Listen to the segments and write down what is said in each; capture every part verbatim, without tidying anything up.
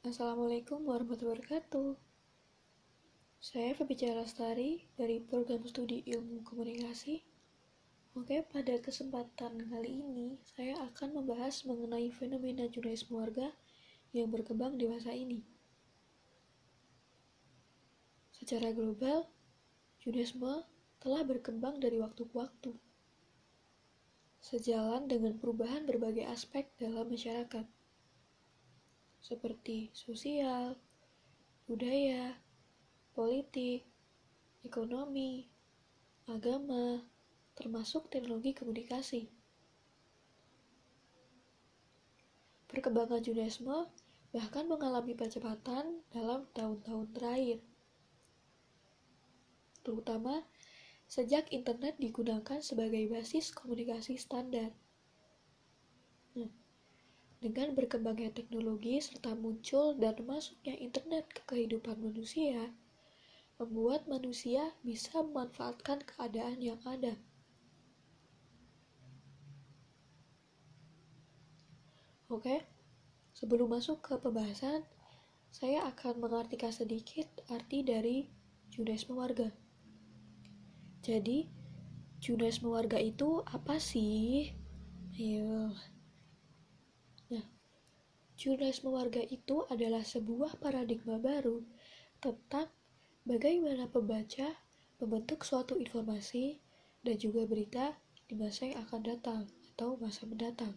Assalamualaikum warahmatullahi wabarakatuh. Saya Febica Lestari dari Program Studi Ilmu Komunikasi. Oke, pada kesempatan kali ini saya akan membahas mengenai fenomena jurnalisme warga yang berkembang di masa ini. Secara global, jurnalisme telah berkembang dari waktu ke waktu, sejalan dengan perubahan berbagai aspek dalam masyarakat, seperti sosial, budaya, politik, ekonomi, agama, termasuk teknologi komunikasi. Perkembangan jurnalisme bahkan mengalami percepatan dalam tahun-tahun terakhir, terutama sejak internet digunakan sebagai basis komunikasi standar. Nah, dengan berkembangnya teknologi serta muncul dan masuknya internet ke kehidupan manusia, membuat manusia bisa memanfaatkan keadaan yang ada. Oke, sebelum masuk ke pembahasan, saya akan mengartikan sedikit arti dari jurnalisme warga. Jadi, jurnalisme warga itu apa sih? Ayo. Nah, jurnalisme warga itu adalah sebuah paradigma baru tentang bagaimana pembaca membentuk suatu informasi dan juga berita di masa yang akan datang atau masa mendatang.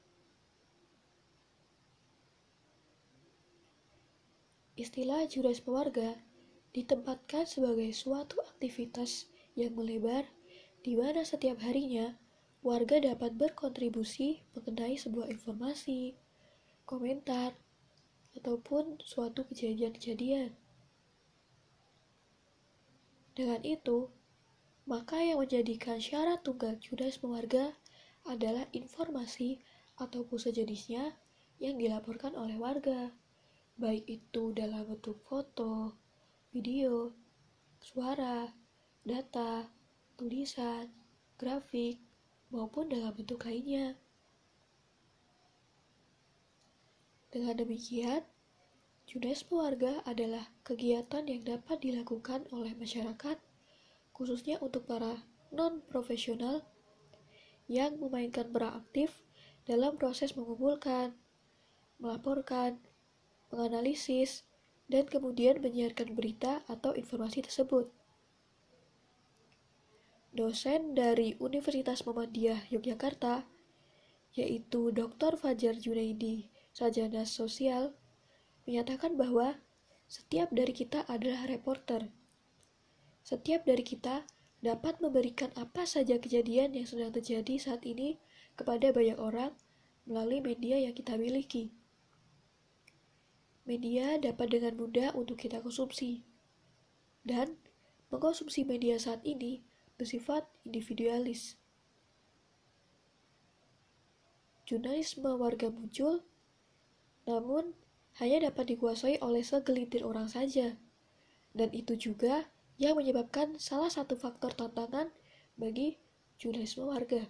Istilah jurnalisme warga ditempatkan sebagai suatu aktivitas yang melebar di mana setiap harinya warga dapat berkontribusi mengenai sebuah informasi, komentar, ataupun suatu kejadian-kejadian. Dengan itu, maka yang menjadikan syarat tunggal jurnalisme warga adalah informasi ataupun sejenisnya yang dilaporkan oleh warga, baik itu dalam bentuk foto, video, suara, data, tulisan, grafik, maupun dalam bentuk lainnya. Dengan demikian, jurnalisme warga adalah kegiatan yang dapat dilakukan oleh masyarakat, khususnya untuk para non-profesional yang memainkan peran aktif dalam proses mengumpulkan, melaporkan, menganalisis, dan kemudian menyiarkan berita atau informasi tersebut. Dosen dari Universitas Muhammadiyah Yogyakarta, yaitu Doktor Fajar Junaidi, Sarjana Sosial, menyatakan bahwa setiap dari kita adalah reporter. Setiap dari kita dapat memberikan apa saja kejadian yang sedang terjadi saat ini kepada banyak orang melalui media yang kita miliki. Media dapat dengan mudah untuk kita konsumsi, dan mengkonsumsi media saat ini bersifat individualis. Jurnalisme warga muncul, namun hanya dapat dikuasai oleh segelintir orang saja, dan itu juga yang menyebabkan salah satu faktor tantangan bagi jurnalisme warga.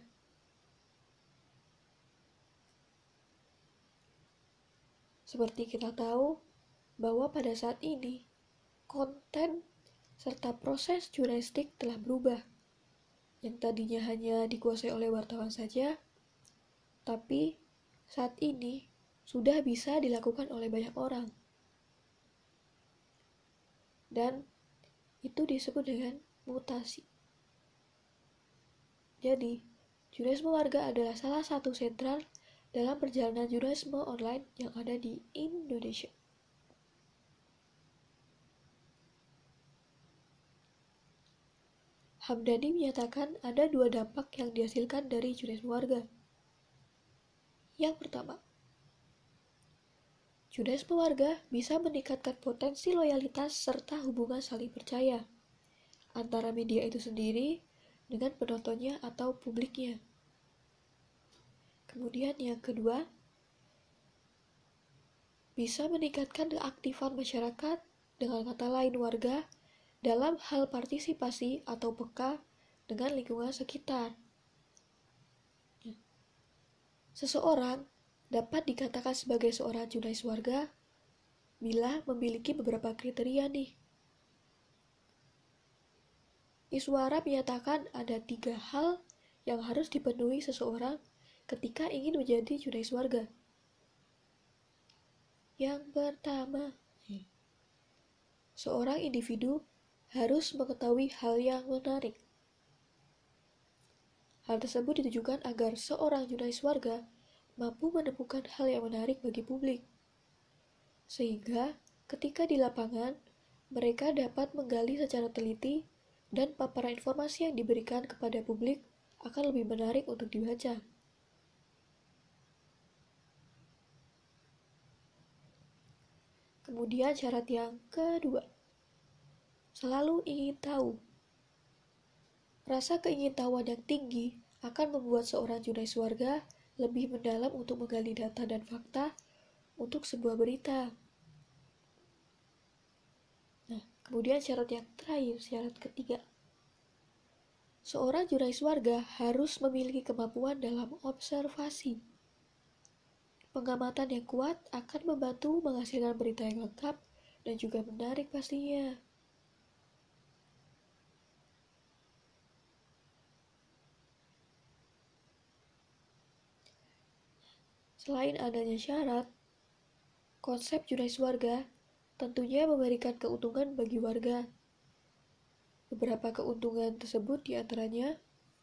Seperti kita tahu bahwa pada saat ini, konten serta proses jurnalistik telah berubah. Yang tadinya hanya dikuasai oleh wartawan saja, tapi saat ini sudah bisa dilakukan oleh banyak orang. Dan itu disebut dengan mutasi. Jadi, jurnalisme warga adalah salah satu sentral dalam perjalanan jurnalisme online yang ada di Indonesia. Hamdani menyatakan ada dua dampak yang dihasilkan dari jurnalisme warga. Yang pertama, jurnalisme warga bisa meningkatkan potensi loyalitas serta hubungan saling percaya antara media itu sendiri dengan penontonnya atau publiknya. Kemudian yang kedua, bisa meningkatkan keaktifan masyarakat, dengan kata lain warga, dalam hal partisipasi atau peka dengan lingkungan sekitar. Seseorang dapat dikatakan sebagai seorang jurnalis warga bila memiliki beberapa kriteria nih. Iswara menyatakan ada tiga hal yang harus dipenuhi seseorang ketika ingin menjadi jurnalis warga. Yang pertama, seorang individu harus mengetahui hal yang menarik. Hal tersebut ditujukan agar seorang jurnalis warga mampu menemukan hal yang menarik bagi publik. Sehingga ketika di lapangan, mereka dapat menggali secara teliti dan paparan informasi yang diberikan kepada publik akan lebih menarik untuk dibaca. Kemudian syarat yang kedua, selalu ingin tahu. Rasa keingintahuan yang tinggi akan membuat seorang jurnalis warga lebih mendalam untuk menggali data dan fakta untuk sebuah berita. Nah, kemudian syarat yang terakhir, syarat ketiga. Seorang jurnalis warga harus memiliki kemampuan dalam observasi. Pengamatan yang kuat akan membantu menghasilkan berita yang lengkap dan juga menarik pastinya. Selain adanya syarat, konsep jurnalis warga tentunya memberikan keuntungan bagi warga. Beberapa keuntungan tersebut diantaranya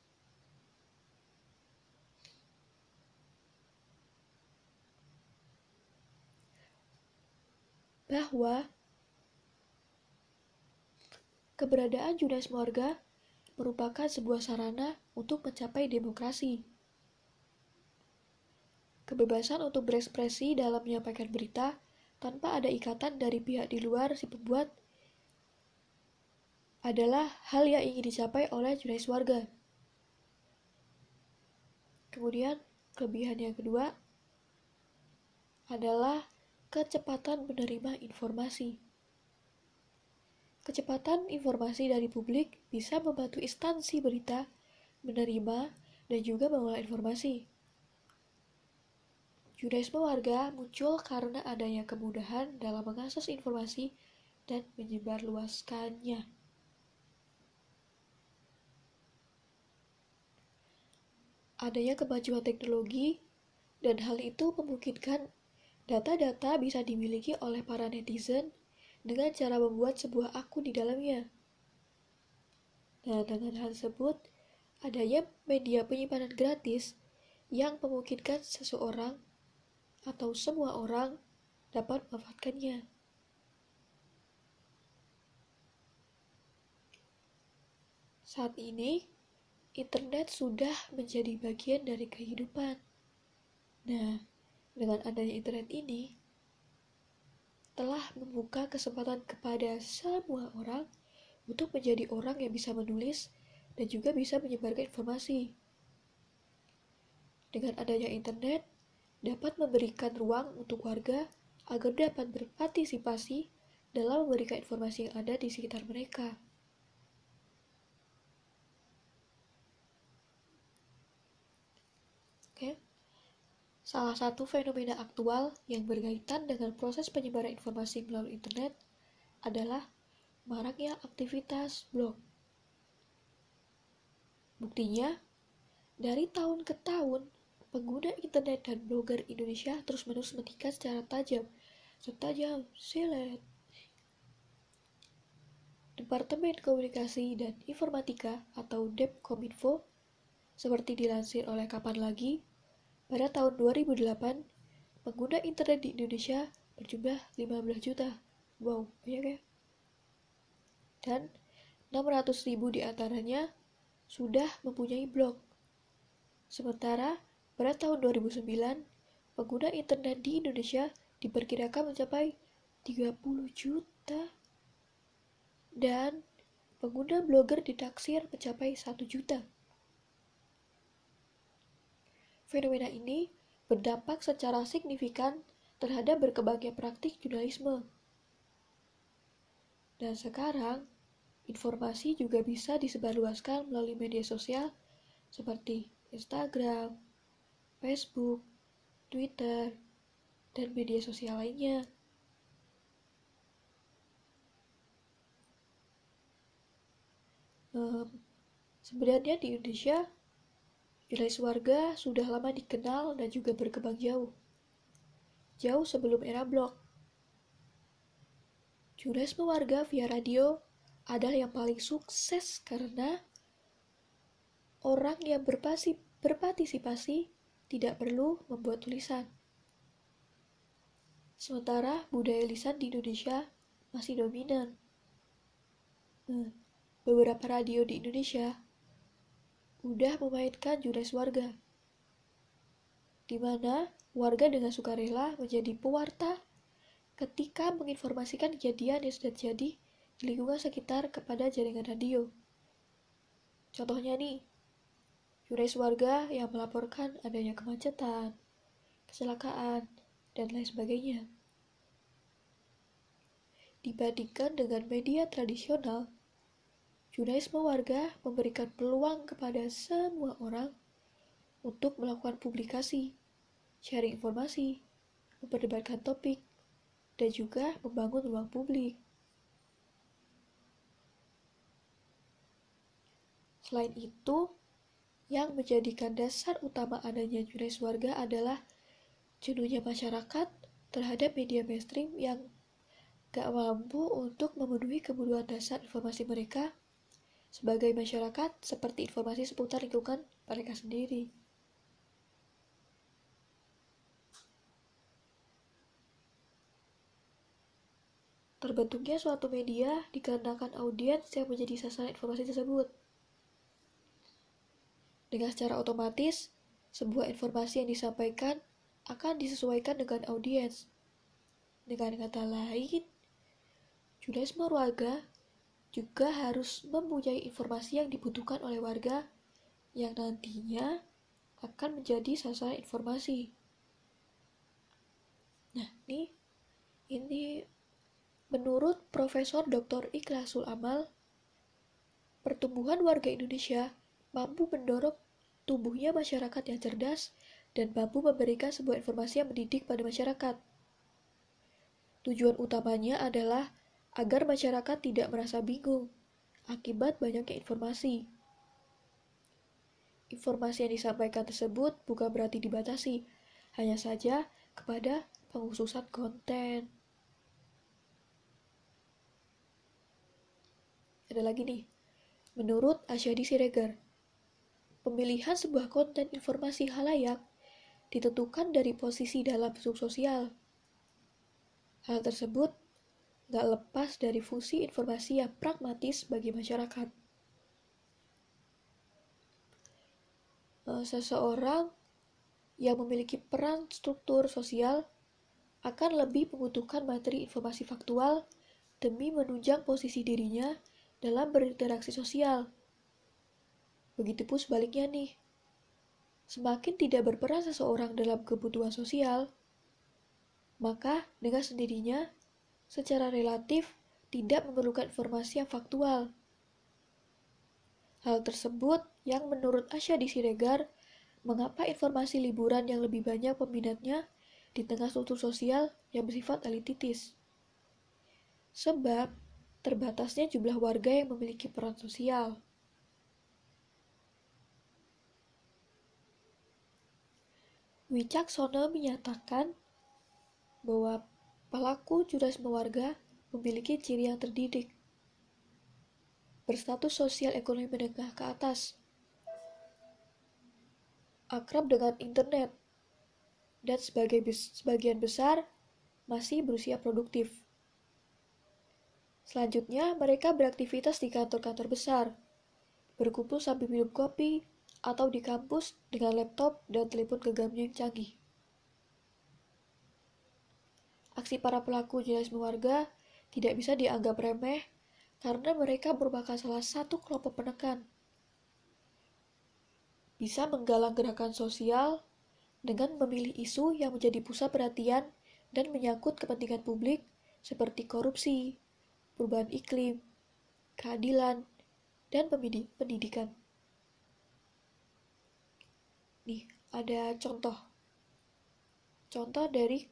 bahwa keberadaan jurnalis warga merupakan sebuah sarana untuk mencapai demokrasi. Kebebasan untuk berekspresi dalam menyampaikan berita tanpa ada ikatan dari pihak di luar si pembuat adalah hal yang ingin dicapai oleh jurnalis warga. Kemudian, kelebihan yang kedua adalah kecepatan menerima informasi. Kecepatan informasi dari publik bisa membantu instansi berita menerima dan juga mengolah informasi. Jurnalisme warga muncul karena adanya kemudahan dalam mengakses informasi dan menyebarluaskannya. Adanya kemajuan teknologi, dan hal itu memungkinkan data-data bisa dimiliki oleh para netizen dengan cara membuat sebuah akun di dalamnya. Nah, dengan hal tersebut, adanya media penyimpanan gratis yang memungkinkan seseorang atau semua orang dapat memanfaatkannya. Saat ini, internet sudah menjadi bagian dari kehidupan. Nah, dengan adanya internet ini, telah membuka kesempatan kepada semua orang untuk menjadi orang yang bisa menulis dan juga bisa menyebarkan informasi. Dengan adanya internet, dapat memberikan ruang untuk warga agar dapat berpartisipasi dalam memberikan informasi yang ada di sekitar mereka. Oke. Salah satu fenomena aktual yang berkaitan dengan proses penyebaran informasi melalui internet adalah maraknya aktivitas blog. Buktinya, dari tahun ke tahun, pengguna internet dan blogger Indonesia terus-menerus meningkat secara tajam, setajam silet. Departemen Komunikasi dan Informatika atau Depkominfo, seperti dilansir oleh Kapan Lagi, pada tahun dua ribu delapan, pengguna internet di Indonesia berjumlah lima belas juta. Wow, banyak ya. Dan enam ratus ribu diantaranya sudah mempunyai blog. Sementara pada tahun dua ribu sembilan, pengguna internet di Indonesia diperkirakan mencapai tiga puluh juta dan pengguna blogger ditaksir mencapai satu juta. Fenomena ini berdampak secara signifikan terhadap berkembangnya praktik jurnalisme. Dan sekarang, informasi juga bisa disebarluaskan melalui media sosial seperti Instagram, Facebook, Twitter, dan media sosial lainnya. Um, sebenarnya di Indonesia, jurnalis warga sudah lama dikenal dan juga berkembang jauh. Jauh sebelum era blog. Jurnalisme warga via radio adalah yang paling sukses karena orang yang berpasi, berpartisipasi tidak perlu membuat tulisan. Sementara budaya lisan di Indonesia masih dominan. Hmm, beberapa radio di Indonesia udah memainkan jurnalis warga, di mana warga dengan sukarela menjadi pewarta ketika menginformasikan kejadian yang sudah terjadi di lingkungan sekitar kepada jaringan radio. Contohnya nih, jurnalis warga yang melaporkan adanya kemacetan, kecelakaan, dan lain sebagainya. Dibandingkan dengan media tradisional, jurnalisme warga memberikan peluang kepada semua orang untuk melakukan publikasi, sharing informasi, memperdebatkan topik, dan juga membangun ruang publik. Selain itu, yang menjadikan dasar utama adanya jurnalis warga adalah jenuhnya masyarakat terhadap media mainstream yang gak mampu untuk memenuhi kebutuhan dasar informasi mereka sebagai masyarakat, seperti informasi seputar lingkungan mereka sendiri. Terbentuknya suatu media dikarenakan audiens yang menjadi sasaran informasi tersebut. Dengan secara otomatis, sebuah informasi yang disampaikan akan disesuaikan dengan audiens. Dengan kata lain, jurnalisme warga juga harus mempunyai informasi yang dibutuhkan oleh warga yang nantinya akan menjadi sasaran informasi. Nah, ini, ini menurut Profesor Doktor Ikhlasul Amal, pertumbuhan warga Indonesia mampu mendorong tumbuhnya masyarakat yang cerdas dan mampu memberikan sebuah informasi yang mendidik pada masyarakat. Tujuan utamanya adalah agar masyarakat tidak merasa bingung akibat banyaknya informasi. Informasi yang disampaikan tersebut bukan berarti dibatasi, hanya saja kepada pengkhususan konten. Ada lagi nih, menurut Asyadi Siregar, pemilihan sebuah konten informasi halayak ditentukan dari posisi dalam subsosial. Hal tersebut gak lepas dari fungsi informasi yang pragmatis bagi masyarakat. Seseorang yang memiliki peran struktur sosial akan lebih membutuhkan materi informasi faktual demi menunjang posisi dirinya dalam berinteraksi sosial. Begitupun sebaliknya nih, semakin tidak berperan seseorang dalam kebutuhan sosial, maka dengan sendirinya, secara relatif tidak memerlukan informasi yang faktual. Hal tersebut yang menurut Asyadi Siregar, mengapa informasi liburan yang lebih banyak peminatnya di tengah struktur sosial yang bersifat elititis. Sebab terbatasnya jumlah warga yang memiliki peran sosial. Wicaksono menyatakan bahwa pelaku jurnalisme warga memiliki ciri yang terdidik, berstatus sosial ekonomi menengah ke atas, akrab dengan internet, dan sebagai sebagian besar masih berusia produktif. Selanjutnya, mereka beraktivitas di kantor-kantor besar, berkumpul sambil minum kopi, atau di kampus dengan laptop dan telepon genggamnya yang canggih. Aksi para pelaku jurnalisme warga tidak bisa dianggap remeh karena mereka merupakan salah satu kelompok penekan. Bisa menggalang gerakan sosial dengan memilih isu yang menjadi pusat perhatian dan menyangkut kepentingan publik seperti korupsi, perubahan iklim, keadilan, dan pendidikan. Nih, ada contoh. Contoh dari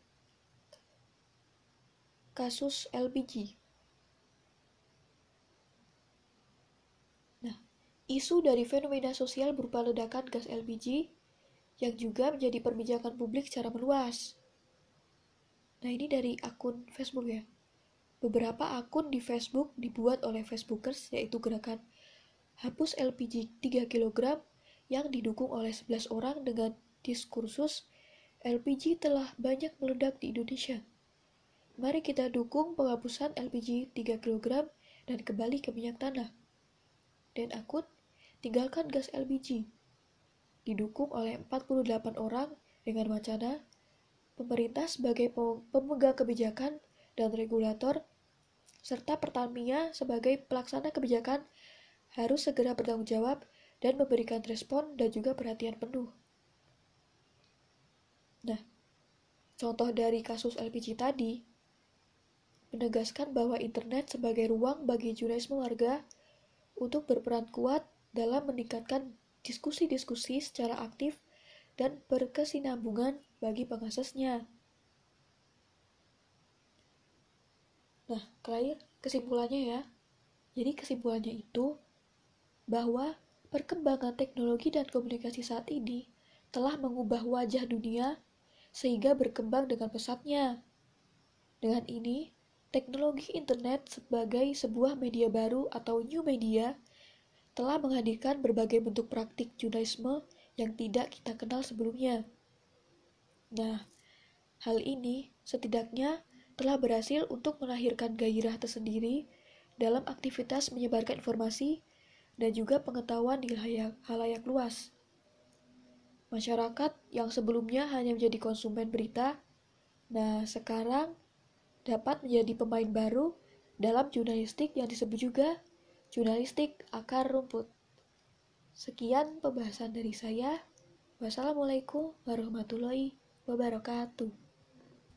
kasus L P G. Nah, isu dari fenomena sosial berupa ledakan gas L P G yang juga menjadi perbincangan publik secara meluas. Nah, ini dari akun Facebook ya. Beberapa akun di Facebook dibuat oleh Facebookers, yaitu gerakan Hapus L P G tiga kilogram yang didukung oleh sebelas orang dengan diskursus L P G telah banyak meledak di Indonesia. Mari kita dukung penghapusan L P G tiga kilogram dan kembali ke minyak tanah. Dan akun Tinggalkan Gas L P G didukung oleh empat puluh delapan orang dengan wacana pemerintah sebagai pemegang kebijakan dan regulator serta Pertamina sebagai pelaksana kebijakan harus segera bertanggung jawab dan memberikan respon dan juga perhatian penuh. Nah, contoh dari kasus L P G tadi menegaskan bahwa internet sebagai ruang bagi jurnalisme warga untuk berperan kuat dalam meningkatkan diskusi-diskusi secara aktif dan berkesinambungan bagi pengaksesnya. Nah, terakhir kesimpulannya ya. Jadi kesimpulannya itu bahwa perkembangan teknologi dan komunikasi saat ini telah mengubah wajah dunia sehingga berkembang dengan pesatnya. Dengan ini, teknologi internet sebagai sebuah media baru atau new media telah menghadirkan berbagai bentuk praktik jurnalisme yang tidak kita kenal sebelumnya. Nah, hal ini setidaknya telah berhasil untuk melahirkan gairah tersendiri dalam aktivitas menyebarkan informasi dan juga pengetahuan di halayak, halayak luas. Masyarakat yang sebelumnya hanya menjadi konsumen berita, nah sekarang dapat menjadi pemain baru dalam jurnalistik yang disebut juga jurnalistik akar rumput. Sekian pembahasan dari saya. Wassalamualaikum warahmatullahi wabarakatuh.